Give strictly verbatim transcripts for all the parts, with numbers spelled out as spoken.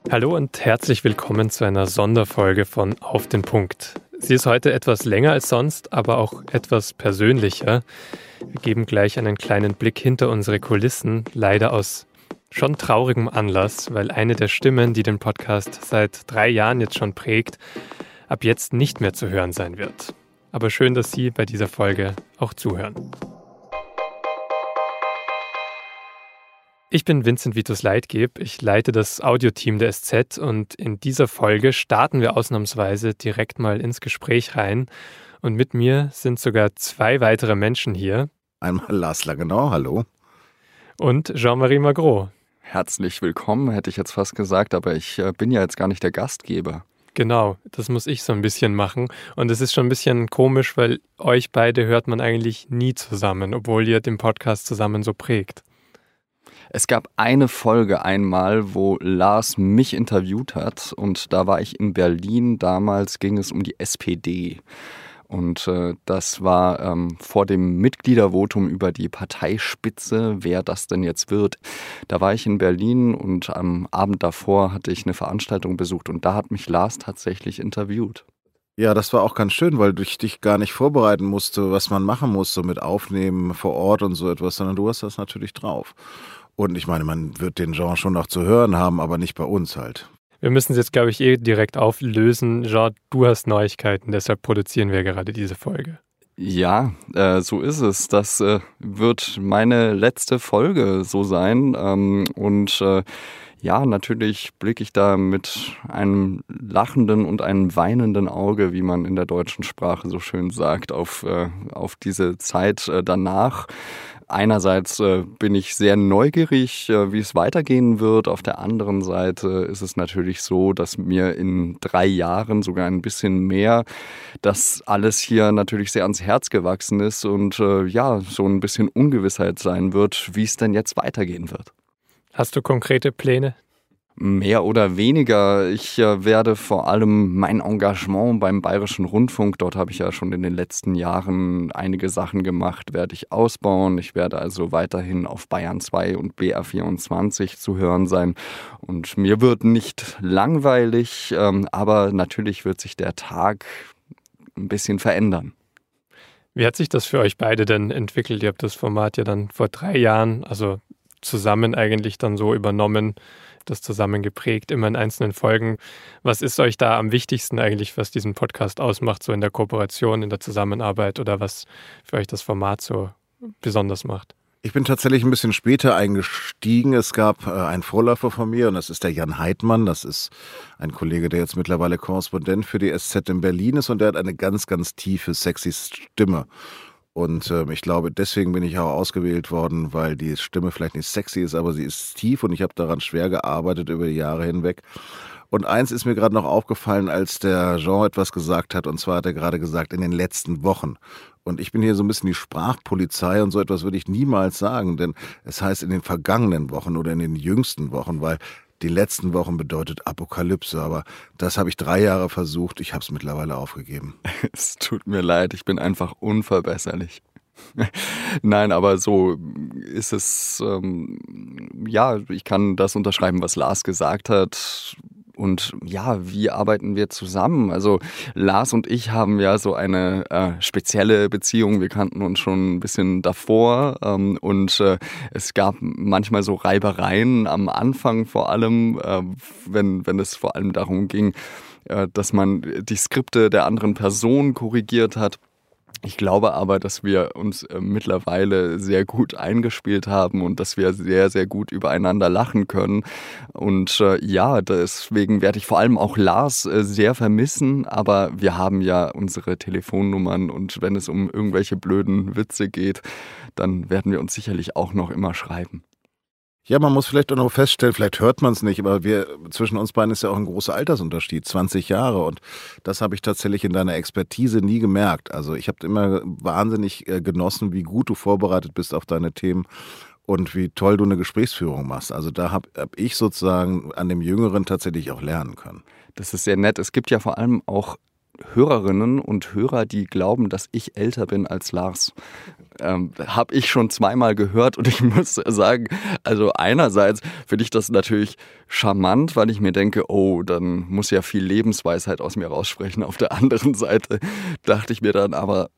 Hallo und herzlich willkommen zu einer Sonderfolge von Auf den Punkt. Sie ist heute etwas länger als sonst, aber auch etwas persönlicher. Wir geben gleich einen kleinen Blick hinter unsere Kulissen, leider aus schon traurigem Anlass, weil eine der Stimmen, die den Podcast seit drei Jahren jetzt schon prägt, ab jetzt nicht mehr zu hören sein wird. Aber schön, dass Sie bei dieser Folge auch zuhören. Ich bin Vincent Vitus Leitgeb, ich leite das Audioteam der S Z und in dieser Folge starten wir ausnahmsweise direkt mal ins Gespräch rein. Und mit mir sind sogar zwei weitere Menschen hier. Einmal Lars Langenau, hallo. Und Jean-Marie Magro. Herzlich willkommen, hätte ich jetzt fast gesagt, aber ich äh, bin ja jetzt gar nicht der Gastgeber. Genau, das muss ich so ein bisschen machen. Und es ist schon ein bisschen komisch, weil euch beide hört man eigentlich nie zusammen, obwohl ihr den Podcast zusammen so prägt. Es gab eine Folge einmal, wo Lars mich interviewt hat und da war ich in Berlin. Damals ging es um die S P D und äh, das war ähm, vor dem Mitgliedervotum über die Parteispitze, wer das denn jetzt wird. Da war ich in Berlin und am Abend davor hatte ich eine Veranstaltung besucht und da hat mich Lars tatsächlich interviewt. Ja, das war auch ganz schön, weil ich dich gar nicht vorbereiten musste, was man machen muss, so mit Aufnehmen vor Ort und so etwas, sondern du hast das natürlich drauf. Und ich meine, man wird den Jean schon noch zu hören haben, aber nicht bei uns halt. Wir müssen es jetzt, glaube ich, eh direkt auflösen. Jean, du hast Neuigkeiten, deshalb produzieren wir gerade diese Folge. Ja, äh, so ist es. Das äh, wird meine letzte Folge so sein. Ähm, und äh, ja, natürlich blicke ich da mit einem lachenden und einem weinenden Auge, wie man in der deutschen Sprache so schön sagt, auf, äh, auf diese Zeit äh, danach. Einerseits äh, bin ich sehr neugierig, äh, wie es weitergehen wird. Auf der anderen Seite ist es natürlich so, dass mir in drei Jahren, sogar ein bisschen mehr, das alles hier natürlich sehr ans Herz gewachsen ist und äh, ja, so ein bisschen Ungewissheit sein wird, wie es denn jetzt weitergehen wird. Hast du konkrete Pläne? Mehr oder weniger. Ich äh, werde vor allem mein Engagement beim Bayerischen Rundfunk, dort habe ich ja schon in den letzten Jahren einige Sachen gemacht, werde ich ausbauen. Ich werde also weiterhin auf Bayern zwei und B R vierundzwanzig zu hören sein. Und mir wird nicht langweilig, ähm, aber natürlich wird sich der Tag ein bisschen verändern. Wie hat sich das für euch beide denn entwickelt? Ihr habt das Format ja dann vor drei Jahren, also zusammen eigentlich dann so übernommen, das zusammen geprägt, immer in einzelnen Folgen. Was ist euch da am wichtigsten eigentlich, was diesen Podcast ausmacht, so in der Kooperation, in der Zusammenarbeit oder was für euch das Format so besonders macht? Ich bin tatsächlich ein bisschen später eingestiegen. Es gab äh, einen Vorläufer von mir und das ist der Jan Heidmann. Das ist ein Kollege, der jetzt mittlerweile Korrespondent für die S Z in Berlin ist und der hat eine ganz, ganz tiefe, sexy Stimme. Und äh, ich glaube, deswegen bin ich auch ausgewählt worden, weil die Stimme vielleicht nicht sexy ist, aber sie ist tief und ich habe daran schwer gearbeitet über die Jahre hinweg. Und eins ist mir gerade noch aufgefallen, als der Jean etwas gesagt hat, und zwar hat er gerade gesagt, in den letzten Wochen. Und ich bin hier so ein bisschen die Sprachpolizei und so etwas würde ich niemals sagen, denn es heißt in den vergangenen Wochen oder in den jüngsten Wochen, weil die letzten Wochen bedeutet Apokalypse, aber das habe ich drei Jahre versucht, ich habe es mittlerweile aufgegeben. Es tut mir leid, ich bin einfach unverbesserlich. Nein, aber so ist es, ähm, ja, ich kann das unterschreiben, was Lars gesagt hat. Und ja, wie arbeiten wir zusammen? Also Lars und ich haben ja so eine äh, spezielle Beziehung. Wir kannten uns schon ein bisschen davor ähm, und äh, es gab manchmal so Reibereien am Anfang vor allem, äh, wenn, wenn es vor allem darum ging, äh, dass man die Skripte der anderen Person korrigiert hat. Ich glaube aber, dass wir uns äh, mittlerweile sehr gut eingespielt haben und dass wir sehr, sehr gut übereinander lachen können. Und äh, ja, deswegen werde ich vor allem auch Lars äh, sehr vermissen. Aber wir haben ja unsere Telefonnummern und wenn es um irgendwelche blöden Witze geht, dann werden wir uns sicherlich auch noch immer schreiben. Ja, man muss vielleicht auch noch feststellen, vielleicht hört man es nicht, aber wir zwischen uns beiden ist ja auch ein großer Altersunterschied, zwanzig Jahre. Und das habe ich tatsächlich in deiner Expertise nie gemerkt. Also ich habe immer wahnsinnig genossen, wie gut du vorbereitet bist auf deine Themen und wie toll du eine Gesprächsführung machst. Also da habe hab ich sozusagen an dem Jüngeren tatsächlich auch lernen können. Das ist sehr nett. Es gibt ja vor allem auch Hörerinnen und Hörer, die glauben, dass ich älter bin als Lars. Ähm, habe ich schon zweimal gehört und ich muss sagen, also einerseits finde ich das natürlich charmant, weil ich mir denke, oh, dann muss ja viel Lebensweisheit aus mir raussprechen. Auf der anderen Seite dachte ich mir dann aber,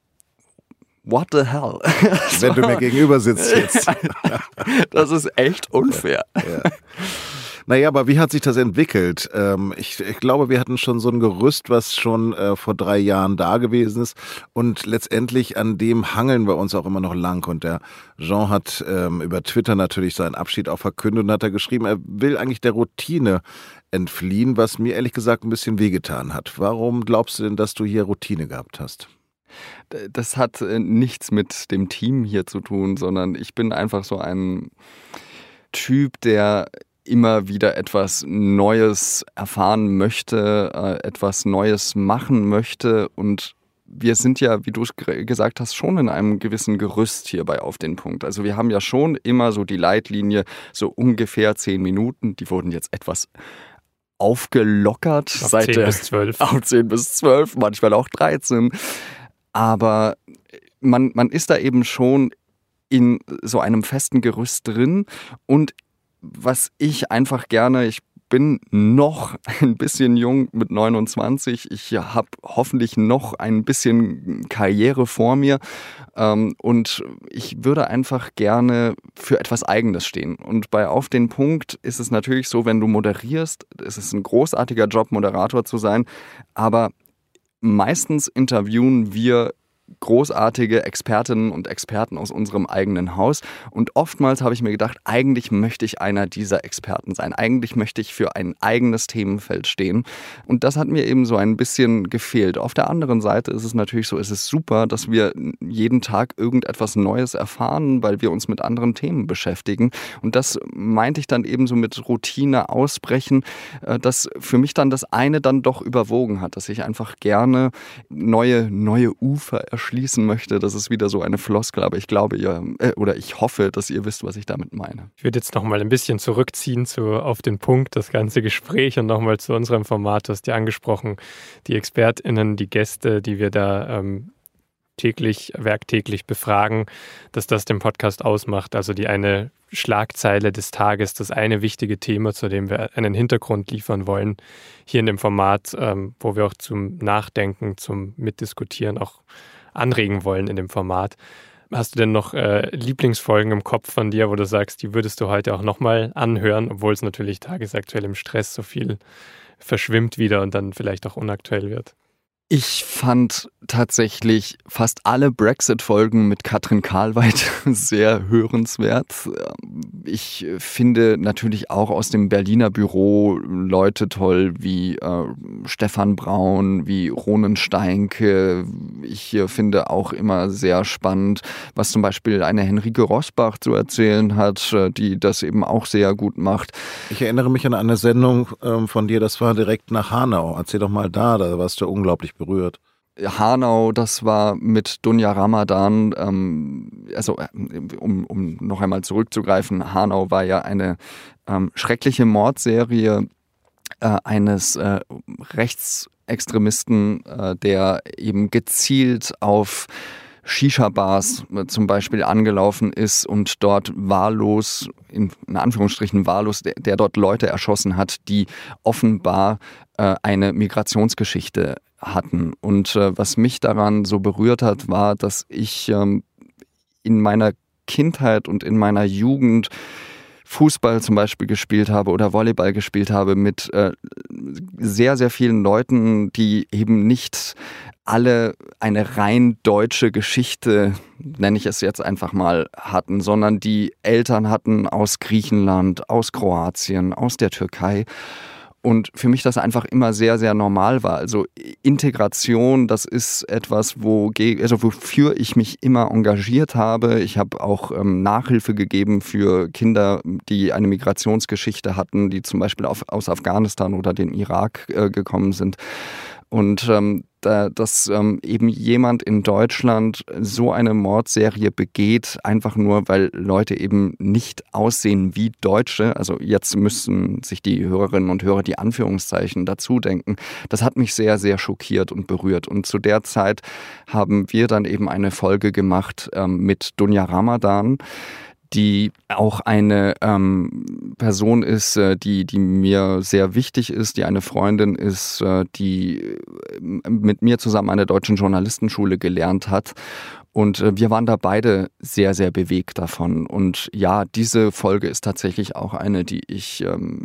what the hell? Wenn du mir gegenüber sitzt jetzt. Das ist echt unfair. Ja. Naja, aber wie hat sich das entwickelt? Ähm, ich, ich glaube, wir hatten schon so ein Gerüst, was schon äh, vor drei Jahren da gewesen ist. Und letztendlich an dem hangeln wir uns auch immer noch lang. Und der Jean hat ähm, über Twitter natürlich seinen Abschied auch verkündet und hat da geschrieben, er will eigentlich der Routine entfliehen, was mir ehrlich gesagt ein bisschen wehgetan hat. Warum glaubst du denn, dass du hier Routine gehabt hast? Das hat äh, nichts mit dem Team hier zu tun, sondern ich bin einfach so ein Typ, der immer wieder etwas Neues erfahren möchte, äh, etwas Neues machen möchte. Und wir sind ja, wie du es g- gesagt hast, schon in einem gewissen Gerüst hierbei auf den Punkt. Also wir haben ja schon immer so die Leitlinie, so ungefähr zehn Minuten. Die wurden jetzt etwas aufgelockert. Auf seit zehn der, bis zwölf. Auf zehn bis zwölf, manchmal auch dreizehn. Aber man, man ist da eben schon in so einem festen Gerüst drin. Und was ich einfach gerne, ich bin noch ein bisschen jung mit neunundzwanzig, ich habe hoffentlich noch ein bisschen Karriere vor mir ähm, und ich würde einfach gerne für etwas Eigenes stehen. Und bei Auf den Punkt ist es natürlich so, wenn du moderierst, es ist ein großartiger Job, Moderator zu sein, aber meistens interviewen wir großartige Expertinnen und Experten aus unserem eigenen Haus. Und oftmals habe ich mir gedacht, eigentlich möchte ich einer dieser Experten sein. Eigentlich möchte ich für ein eigenes Themenfeld stehen. Und das hat mir eben so ein bisschen gefehlt. Auf der anderen Seite ist es natürlich so, es ist super, dass wir jeden Tag irgendetwas Neues erfahren, weil wir uns mit anderen Themen beschäftigen. Und das meinte ich dann eben so mit Routine ausbrechen, dass für mich dann das eine dann doch überwogen hat, dass ich einfach gerne neue, neue Ufer erschließen möchte. Das ist wieder so eine Floskel, aber ich glaube, ihr, äh, oder ich hoffe, dass ihr wisst, was ich damit meine. Ich würde jetzt noch mal ein bisschen zurückziehen zu Auf den Punkt, das ganze Gespräch und noch mal zu unserem Format. Du hast ja angesprochen, die ExpertInnen, die Gäste, die wir da ähm, täglich, werktäglich befragen, dass das den Podcast ausmacht. Also die eine Schlagzeile des Tages, das eine wichtige Thema, zu dem wir einen Hintergrund liefern wollen, hier in dem Format, ähm, wo wir auch zum Nachdenken, zum Mitdiskutieren auch anregen wollen in dem Format. Hast du denn noch äh, Lieblingsfolgen im Kopf von dir, wo du sagst, die würdest du heute auch nochmal anhören, obwohl es natürlich tagesaktuell im Stress so viel verschwimmt wieder und dann vielleicht auch unaktuell wird? Ich fand tatsächlich fast alle Brexit-Folgen mit Katrin Karlweit sehr hörenswert. Ich finde natürlich auch aus dem Berliner Büro Leute toll wie äh, Stefan Braun, wie Ronen Steinke. Ich finde auch immer sehr spannend, was zum Beispiel eine Henrike Rosbach zu erzählen hat, die das eben auch sehr gut macht. Ich erinnere mich an eine Sendung ähm, von dir, das war direkt nach Hanau. Erzähl doch mal da, da warst du unglaublich berührt. Hanau, das war mit Dunja Ramadan, ähm, also um, um noch einmal zurückzugreifen, Hanau war ja eine ähm, schreckliche Mordserie äh, eines äh, Rechtsextremisten, äh, der eben gezielt auf Shisha-Bars zum Beispiel angelaufen ist und dort wahllos, in, in Anführungsstrichen wahllos, der, der dort Leute erschossen hat, die offenbar äh, eine Migrationsgeschichte hatten. Und äh, was mich daran so berührt hat, war, dass ich ähm, in meiner Kindheit und in meiner Jugend Fußball zum Beispiel gespielt habe oder Volleyball gespielt habe mit äh, sehr, sehr vielen Leuten, die eben nicht alle eine rein deutsche Geschichte, nenne ich es jetzt einfach mal, hatten, sondern die Eltern hatten aus Griechenland, aus Kroatien, aus der Türkei. Und für mich das einfach immer sehr, sehr normal war. Also Integration, das ist etwas, wo, also wofür ich mich immer engagiert habe. Ich habe auch ähm, Nachhilfe gegeben für Kinder, die eine Migrationsgeschichte hatten, die zum Beispiel auf, aus Afghanistan oder dem Irak äh, gekommen sind. Und ähm, da, dass ähm, eben jemand in Deutschland so eine Mordserie begeht, einfach nur, weil Leute eben nicht aussehen wie Deutsche. Also jetzt müssen sich die Hörerinnen und Hörer die Anführungszeichen dazu denken. Das hat mich sehr, sehr schockiert und berührt. Und zu der Zeit haben wir dann eben eine Folge gemacht ähm, mit Dunja Ramadan, die auch eine ähm, Person ist, äh, die, die mir sehr wichtig ist, die eine Freundin ist, äh, die mit mir zusammen an der Deutschen Journalistenschule gelernt hat. Und äh, wir waren da beide sehr, sehr bewegt davon. Und ja, diese Folge ist tatsächlich auch eine, die ich ähm,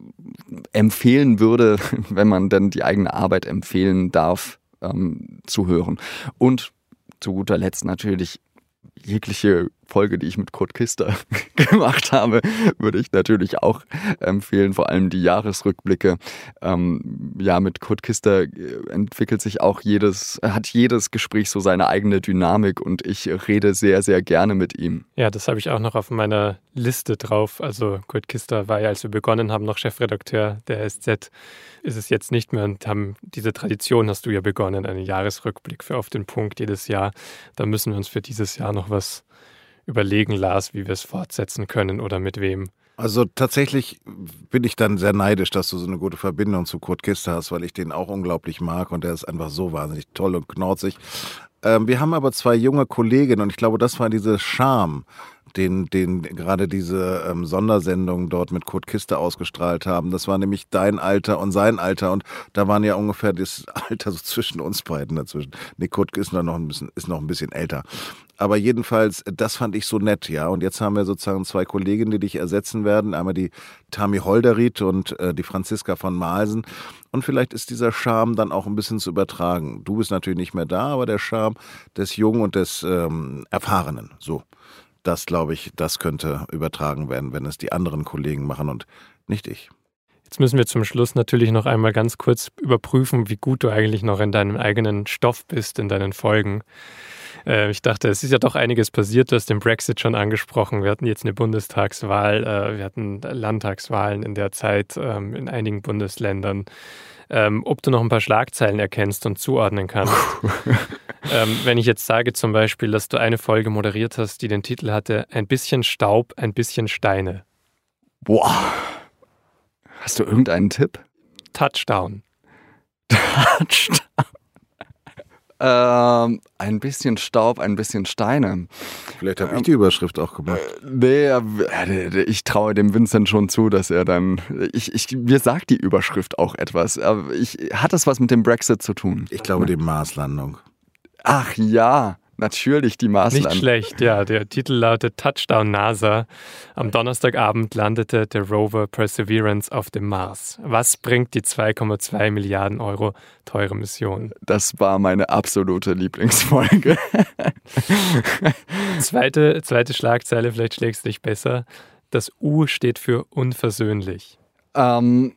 empfehlen würde, wenn man denn die eigene Arbeit empfehlen darf, ähm, zu hören. Und zu guter Letzt natürlich jegliche Folge, die ich mit Kurt Kister gemacht habe, würde ich natürlich auch empfehlen, vor allem die Jahresrückblicke. Ähm, ja, mit Kurt Kister entwickelt sich auch jedes, hat jedes Gespräch so seine eigene Dynamik und ich rede sehr, sehr gerne mit ihm. Ja, das habe ich auch noch auf meiner Liste drauf. Also Kurt Kister war ja, als wir begonnen haben, noch Chefredakteur der S Z. Ist es jetzt nicht mehr und haben diese Tradition, hast du ja begonnen, einen Jahresrückblick für Auf den Punkt jedes Jahr. Da müssen wir uns für dieses Jahr noch was überlegen, Lars, wie wir es fortsetzen können oder mit wem. Also tatsächlich bin ich dann sehr neidisch, dass du so eine gute Verbindung zu Kurt Kister hast, weil ich den auch unglaublich mag und der ist einfach so wahnsinnig toll und knorzig. Ähm, wir haben aber zwei junge Kolleginnen und ich glaube, das war diese Charme, den, den gerade diese ähm, Sondersendungen dort mit Kurt Kister ausgestrahlt haben. Das war nämlich dein Alter und sein Alter und da waren ja ungefähr das Alter so zwischen uns beiden dazwischen. Nee, Kurt ist noch ein bisschen, ist noch ein bisschen älter. Aber jedenfalls, das fand ich so nett, ja. Und jetzt haben wir sozusagen zwei Kolleginnen, die dich ersetzen werden. Einmal die Tami Holderried und äh, die Franziska von Malsen. Und vielleicht ist dieser Charme dann auch ein bisschen zu übertragen. Du bist natürlich nicht mehr da, aber der Charme des Jungen und des ähm, Erfahrenen, so. Das, glaube ich, das könnte übertragen werden, wenn es die anderen Kollegen machen und nicht ich. Jetzt müssen wir zum Schluss natürlich noch einmal ganz kurz überprüfen, wie gut du eigentlich noch in deinem eigenen Stoff bist, in deinen Folgen. Äh, ich dachte, es ist ja doch einiges passiert. Du hast den Brexit schon angesprochen. Wir hatten jetzt eine Bundestagswahl, äh, wir hatten Landtagswahlen in der Zeit ähm, in einigen Bundesländern. Ähm, ob du noch ein paar Schlagzeilen erkennst und zuordnen kannst. ähm, wenn ich jetzt sage zum Beispiel, dass du eine Folge moderiert hast, die den Titel hatte, ein bisschen Staub, ein bisschen Steine. Boah. Hast du irgendeinen Tipp? Touchdown. Touchdown. ähm, ein bisschen Staub, ein bisschen Steine. Vielleicht habe ich die Überschrift auch gemacht. Nee, ich traue dem Vincent schon zu, dass er dann... Ich, ich, mir sagt die Überschrift auch etwas. Aber ich, hat das was mit dem Brexit zu tun? Ich glaube, die Marslandung. Ach ja, natürlich die Marslandung. Nicht schlecht, ja. Der Titel lautet Touchdown NASA. Am Donnerstagabend landete der Rover Perseverance auf dem Mars. Was bringt die zwei Komma zwei Milliarden Euro teure Mission? Das war meine absolute Lieblingsfolge. zweite, zweite Schlagzeile, vielleicht schlägst du dich besser. Das U steht für unversöhnlich. Ähm...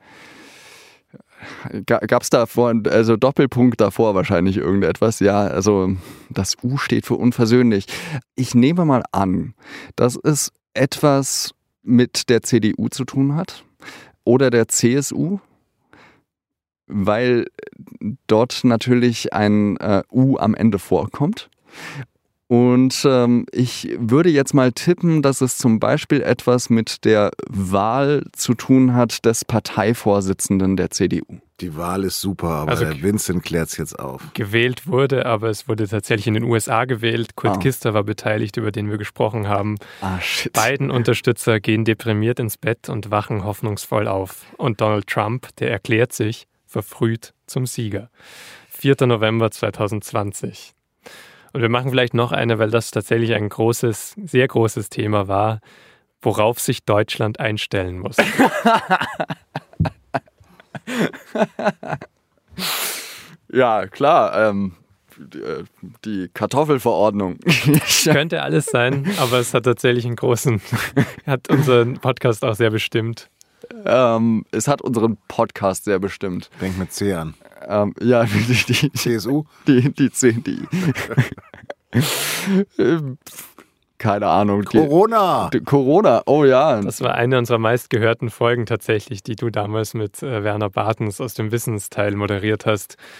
Gab es davor, also Doppelpunkt davor wahrscheinlich irgendetwas? Ja, also das U steht für unversöhnlich. Ich nehme mal an, dass es etwas mit der C D U zu tun hat oder der C S U, weil dort natürlich ein äh, U am Ende vorkommt. Und ähm, ich würde jetzt mal tippen, dass es zum Beispiel etwas mit der Wahl zu tun hat des Parteivorsitzenden der C D U. Die Wahl ist super, aber also der Vincent klärt es jetzt auf. Gewählt wurde, aber es wurde tatsächlich in den U S A gewählt. Kurt ah. Kister war beteiligt, über den wir gesprochen haben. Ah, shit. Beiden Unterstützer gehen deprimiert ins Bett und wachen hoffnungsvoll auf. Und Donald Trump, der erklärt sich verfrüht zum Sieger. vierter November zweitausendzwanzig. Und wir machen vielleicht noch eine, weil das tatsächlich ein großes, sehr großes Thema war, worauf sich Deutschland einstellen muss. Ja, klar. Ähm, die, die Kartoffelverordnung. Könnte alles sein, aber es hat tatsächlich einen großen, hat unseren Podcast auch sehr bestimmt. Ähm, es hat unseren Podcast sehr bestimmt. Denk mit C an. Ähm, ja, die, die C S U? Die, die, die, die. Keine Ahnung. Corona! Die, die, Corona, oh ja. Das war eine unserer meistgehörten Folgen tatsächlich, die du damals mit äh, Werner Bartens aus dem Wissensteil moderiert hast.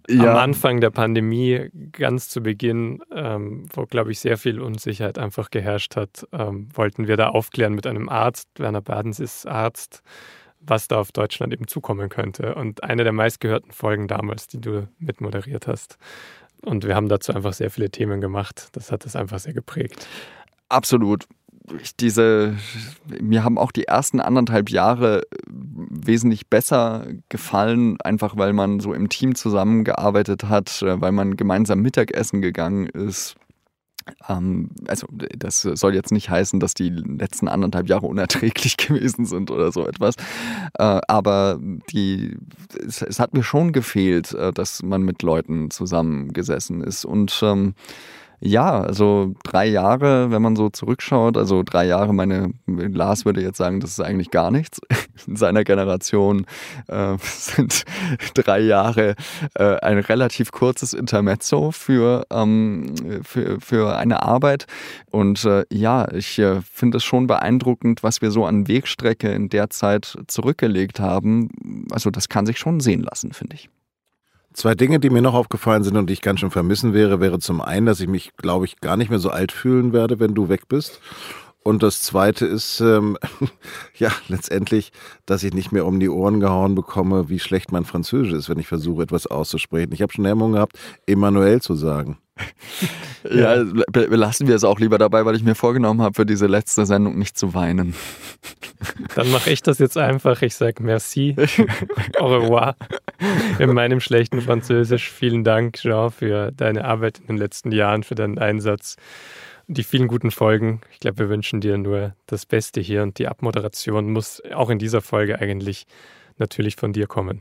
ja. am Anfang der Pandemie, ganz zu Beginn, ähm, wo, glaube ich, sehr viel Unsicherheit einfach geherrscht hat, ähm, wollten wir da aufklären mit einem Arzt. Werner Badens ist Arzt, was da auf Deutschland eben zukommen könnte. Und eine der meistgehörten Folgen damals, die du mitmoderiert hast. Und wir haben dazu einfach sehr viele Themen gemacht. Das hat es einfach sehr geprägt. Absolut. Diese, mir haben auch die ersten anderthalb Jahre wesentlich besser gefallen, einfach weil man so im Team zusammengearbeitet hat, weil man gemeinsam Mittagessen gegangen ist. Ähm, also das soll jetzt nicht heißen, dass die letzten anderthalb Jahre unerträglich gewesen sind oder so etwas. Äh, aber die, es, es hat mir schon gefehlt, äh, dass man mit Leuten zusammengesessen ist. Und ähm, ja, also drei Jahre, wenn man so zurückschaut, also drei Jahre, meine, Lars würde jetzt sagen, das ist eigentlich gar nichts. In seiner Generation äh, sind drei Jahre äh, ein relativ kurzes Intermezzo für, ähm, für, für eine Arbeit. Und äh, ja, ich äh, finde es schon beeindruckend, was wir so an Wegstrecke in der Zeit zurückgelegt haben. Also das kann sich schon sehen lassen, finde ich. Zwei Dinge, die mir noch aufgefallen sind und die ich ganz schön vermissen wäre, wäre zum einen, dass ich mich, glaube ich, gar nicht mehr so alt fühlen werde, wenn du weg bist. Und das Zweite ist, ähm, ja, letztendlich, dass ich nicht mehr um die Ohren gehauen bekomme, wie schlecht mein Französisch ist, wenn ich versuche, etwas auszusprechen. Ich habe schon Hemmungen gehabt, Emmanuel zu sagen. Ja, belassen wir es auch lieber dabei, weil ich mir vorgenommen habe, für diese letzte Sendung nicht zu weinen. Dann mache ich das jetzt einfach. Ich sage merci, au revoir. In meinem schlechten Französisch. Vielen Dank, Jean, für deine Arbeit in den letzten Jahren, für deinen Einsatz und die vielen guten Folgen. Ich glaube, wir wünschen dir nur das Beste hier und die Abmoderation muss auch in dieser Folge eigentlich natürlich von dir kommen.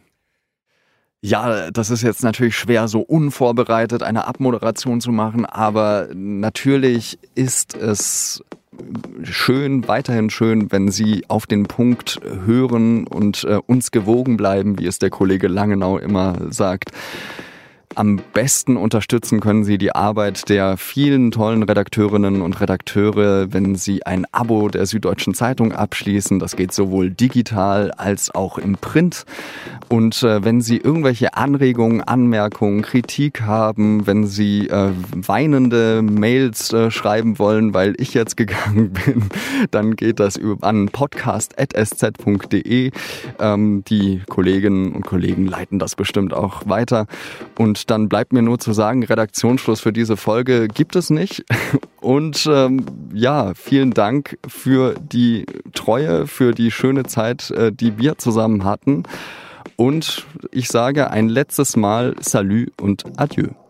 Ja, das ist jetzt natürlich schwer, so unvorbereitet eine Abmoderation zu machen, aber natürlich ist es schön, weiterhin schön, wenn Sie auf den Punkt hören und äh, uns gewogen bleiben, wie es der Kollege Langenau immer sagt. Am besten unterstützen können Sie die Arbeit der vielen tollen Redakteurinnen und Redakteure, wenn Sie ein Abo der Süddeutschen Zeitung abschließen. Das geht sowohl digital als auch im Print. Und äh, wenn Sie irgendwelche Anregungen, Anmerkungen, Kritik haben, wenn Sie äh, weinende Mails äh, schreiben wollen, weil ich jetzt gegangen bin, dann geht das an podcast at s z punkt d e. Ähm, die Kolleginnen und Kollegen leiten das bestimmt auch weiter. Und dann bleibt mir nur zu sagen, Redaktionsschluss für diese Folge gibt es nicht. Und ähm, ja, vielen Dank für die Treue, für die schöne Zeit, äh, die wir zusammen hatten. Und ich sage ein letztes Mal Salut und Adieu.